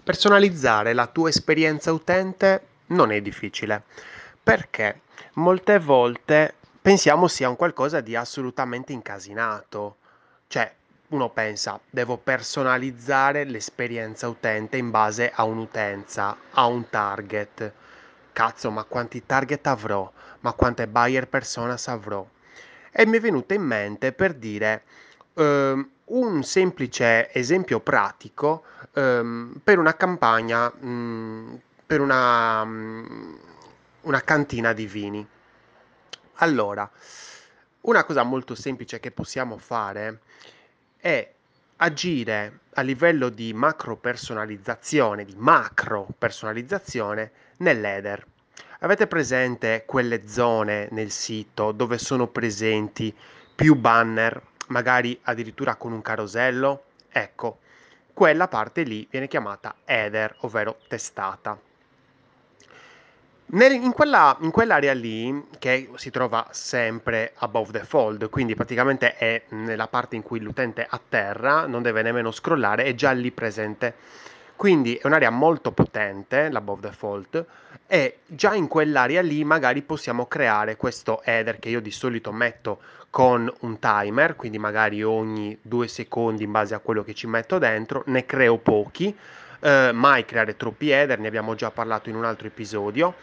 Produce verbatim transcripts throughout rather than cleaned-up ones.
Personalizzare la tua esperienza utente non è difficile, perché molte volte pensiamo sia un qualcosa di assolutamente incasinato. Cioè, uno pensa, devo personalizzare l'esperienza utente in base a un'utenza, a un target. Cazzo, ma quanti target avrò? Ma quante buyer personas avrò? E mi è venuto in mente per dire ehm, un semplice esempio pratico ehm, per una campagna, mh, per una, mh, una cantina di vini. Allora, una cosa molto semplice che possiamo fare è agire a livello di macro personalizzazione, di macro personalizzazione nell'header. Avete presente quelle zone nel sito dove sono presenti più banner, magari addirittura con un carosello? Ecco, quella parte lì viene chiamata header, ovvero testata. Nel- in quella, in quell'area lì, che si trova sempre above the fold, quindi praticamente è nella parte in cui l'utente atterra, non deve nemmeno scrollare, è già lì presente. Quindi è un'area molto potente, l'above the fold, e già in quell'area lì magari possiamo creare questo header che io di solito metto con un timer, quindi magari ogni due secondi in base a quello che ci metto dentro, ne creo pochi, eh, mai creare troppi header, ne abbiamo già parlato in un altro episodio,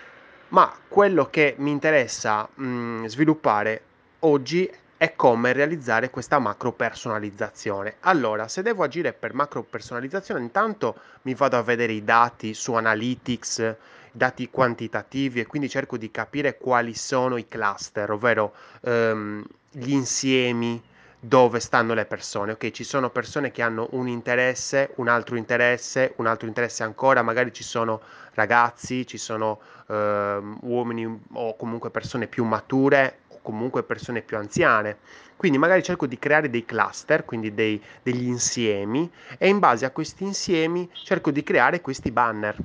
ma quello che mi interessa mh, sviluppare oggi è come realizzare questa macro personalizzazione. Allora, se devo agire per macro personalizzazione, intanto mi vado a vedere i dati su Analytics, dati quantitativi e quindi cerco di capire quali sono i cluster, ovvero ehm, gli insiemi dove stanno le persone. Ok, ci sono persone che hanno un interesse, un altro interesse, un altro interesse ancora, magari ci sono ragazzi, ci sono ehm, uomini o comunque persone più mature o comunque persone più anziane. Quindi magari cerco di creare dei cluster, quindi dei, degli insiemi, e in base a questi insiemi cerco di creare questi banner.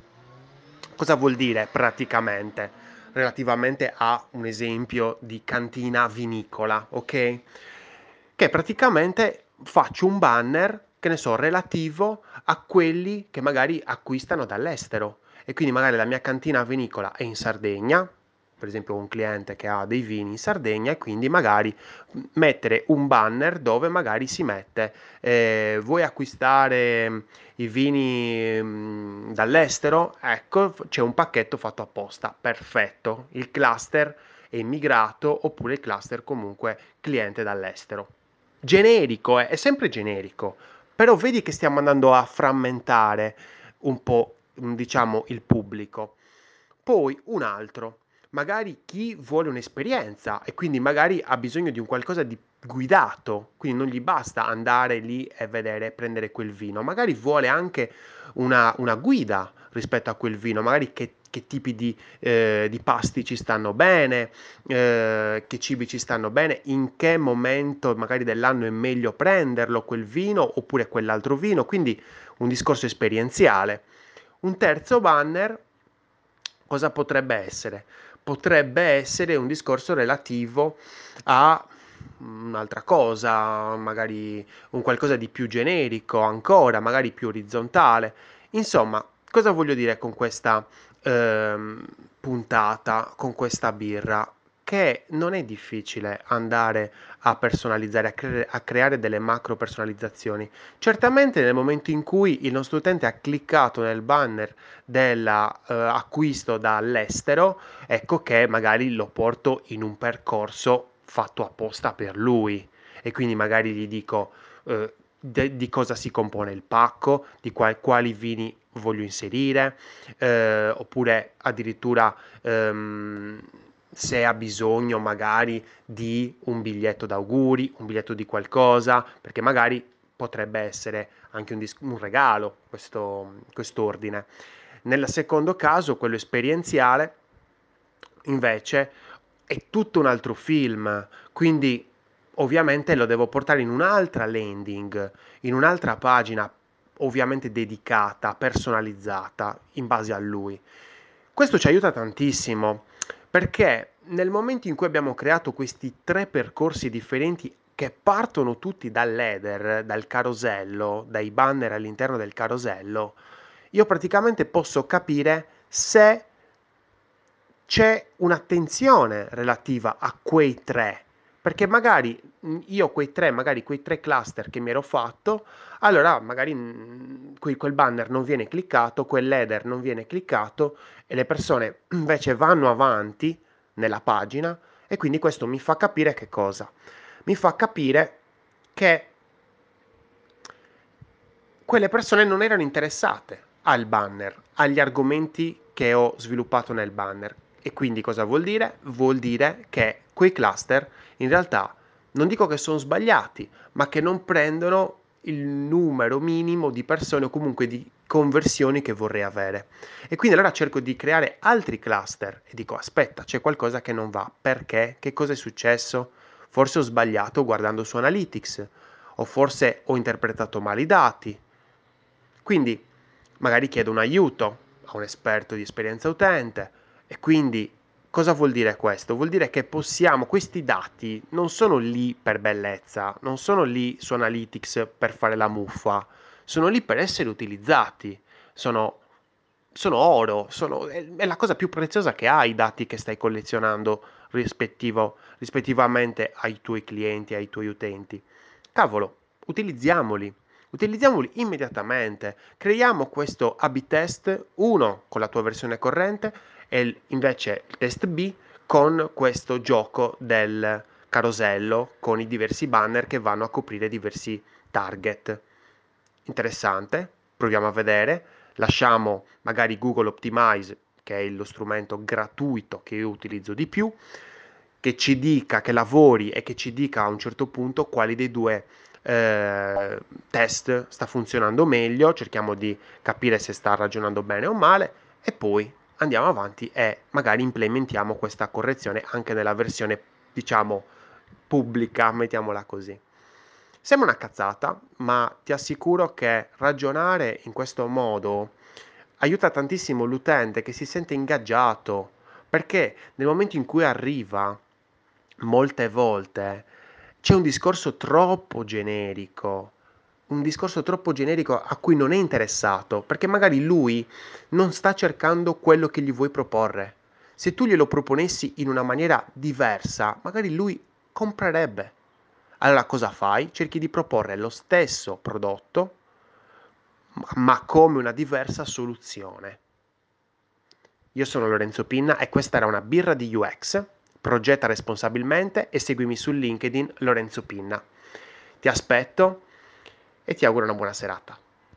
Cosa vuol dire praticamente? Relativamente a un esempio di cantina vinicola, ok? Che praticamente faccio un banner, che ne so, relativo a quelli che magari acquistano dall'estero. E quindi magari la mia cantina vinicola è in Sardegna, per esempio un cliente che ha dei vini in Sardegna, e quindi magari mettere un banner dove magari si mette eh, vuoi acquistare i vini mh, dall'estero? Ecco, c'è un pacchetto fatto apposta, perfetto. Il cluster è immigrato oppure il cluster comunque cliente dall'estero. Generico, eh, è sempre generico, però vedi che stiamo andando a frammentare un po', mh, diciamo, il pubblico. Poi un altro, magari chi vuole un'esperienza e quindi magari ha bisogno di un qualcosa di guidato, quindi non gli basta andare lì e vedere, prendere quel vino, magari vuole anche una, una guida rispetto a quel vino, magari che, che tipi di, eh, di pasti ci stanno bene, eh, che cibi ci stanno bene, in che momento magari dell'anno è meglio prenderlo quel vino oppure quell'altro vino, quindi un discorso esperienziale. Un terzo banner, cosa potrebbe essere? Potrebbe essere un discorso relativo a un'altra cosa, magari un qualcosa di più generico ancora, magari più orizzontale. Insomma, cosa voglio dire con questa ehm, puntata, con questa birra? Che non è difficile andare a personalizzare, a, cre- a creare delle macro personalizzazioni. Certamente nel momento in cui il nostro utente ha cliccato nel banner dell'acquisto dall'estero, ecco che magari lo porto in un percorso fatto apposta per lui e quindi magari gli dico eh, de- di cosa si compone il pacco, di qual- quali vini voglio inserire, eh, oppure addirittura ehm, se ha bisogno magari di un biglietto d'auguri, un biglietto di qualcosa, perché magari potrebbe essere anche un, dis- un regalo questo quest'ordine. Nel secondo caso, quello esperienziale, invece, è tutto un altro film, quindi ovviamente lo devo portare in un'altra landing, in un'altra pagina, ovviamente dedicata, personalizzata, in base a lui. Questo ci aiuta tantissimo, perché nel momento in cui abbiamo creato questi tre percorsi differenti che partono tutti dall'header, dal carosello, dai banner all'interno del carosello, io praticamente posso capire se c'è un'attenzione relativa a quei tre, perché magari mh, io quei tre, magari quei tre cluster che mi ero fatto, allora magari mh, quel, quel banner non viene cliccato, quell'header non viene cliccato e le persone invece vanno avanti nella pagina e quindi questo mi fa capire che cosa? Mi fa capire che quelle persone non erano interessate al banner, agli argomenti che ho sviluppato nel banner. E quindi cosa vuol dire? Vuol dire che quei cluster in realtà non dico che sono sbagliati, ma che non prendono il numero minimo di persone o comunque di conversioni che vorrei avere. E quindi allora cerco di creare altri cluster e dico aspetta, c'è qualcosa che non va. Perché? Che cosa è successo? Forse ho sbagliato guardando su Analytics o forse ho interpretato male i dati. Quindi magari chiedo un aiuto a un esperto di esperienza utente e quindi cosa vuol dire questo? Vuol dire che possiamo, questi dati non sono lì per bellezza, non sono lì su Analytics per fare la muffa, sono lì per essere utilizzati, sono, sono oro, sono, è, è la cosa più preziosa che hai i dati che stai collezionando rispettivo, rispettivamente ai tuoi clienti, ai tuoi utenti. Cavolo, utilizziamoli. Utilizziamoli immediatamente. Creiamo questo A B test, uno con la tua versione corrente e il- invece il test B con questo gioco del carosello con i diversi banner che vanno a coprire diversi target. Interessante, proviamo a vedere. Lasciamo magari Google Optimize, che è lo strumento gratuito che io utilizzo di più, che ci dica, che lavori e che ci dica a un certo punto quali dei due eh, test sta funzionando meglio, cerchiamo di capire se sta ragionando bene o male e poi andiamo avanti e magari implementiamo questa correzione anche nella versione, diciamo, pubblica, mettiamola così. Sembra una cazzata, ma ti assicuro che ragionare in questo modo aiuta tantissimo l'utente che si sente ingaggiato, perché nel momento in cui arriva, molte volte c'è un discorso troppo generico, un discorso troppo generico a cui non è interessato, perché magari lui non sta cercando quello che gli vuoi proporre. Se tu glielo proponessi in una maniera diversa, magari lui comprerebbe. Allora cosa fai? Cerchi di proporre lo stesso prodotto, ma come una diversa soluzione. Io sono Lorenzo Pinna e questa era una birra di U X. Progetta responsabilmente e seguimi su LinkedIn Lorenzo Pinna. Ti aspetto e ti auguro una buona serata.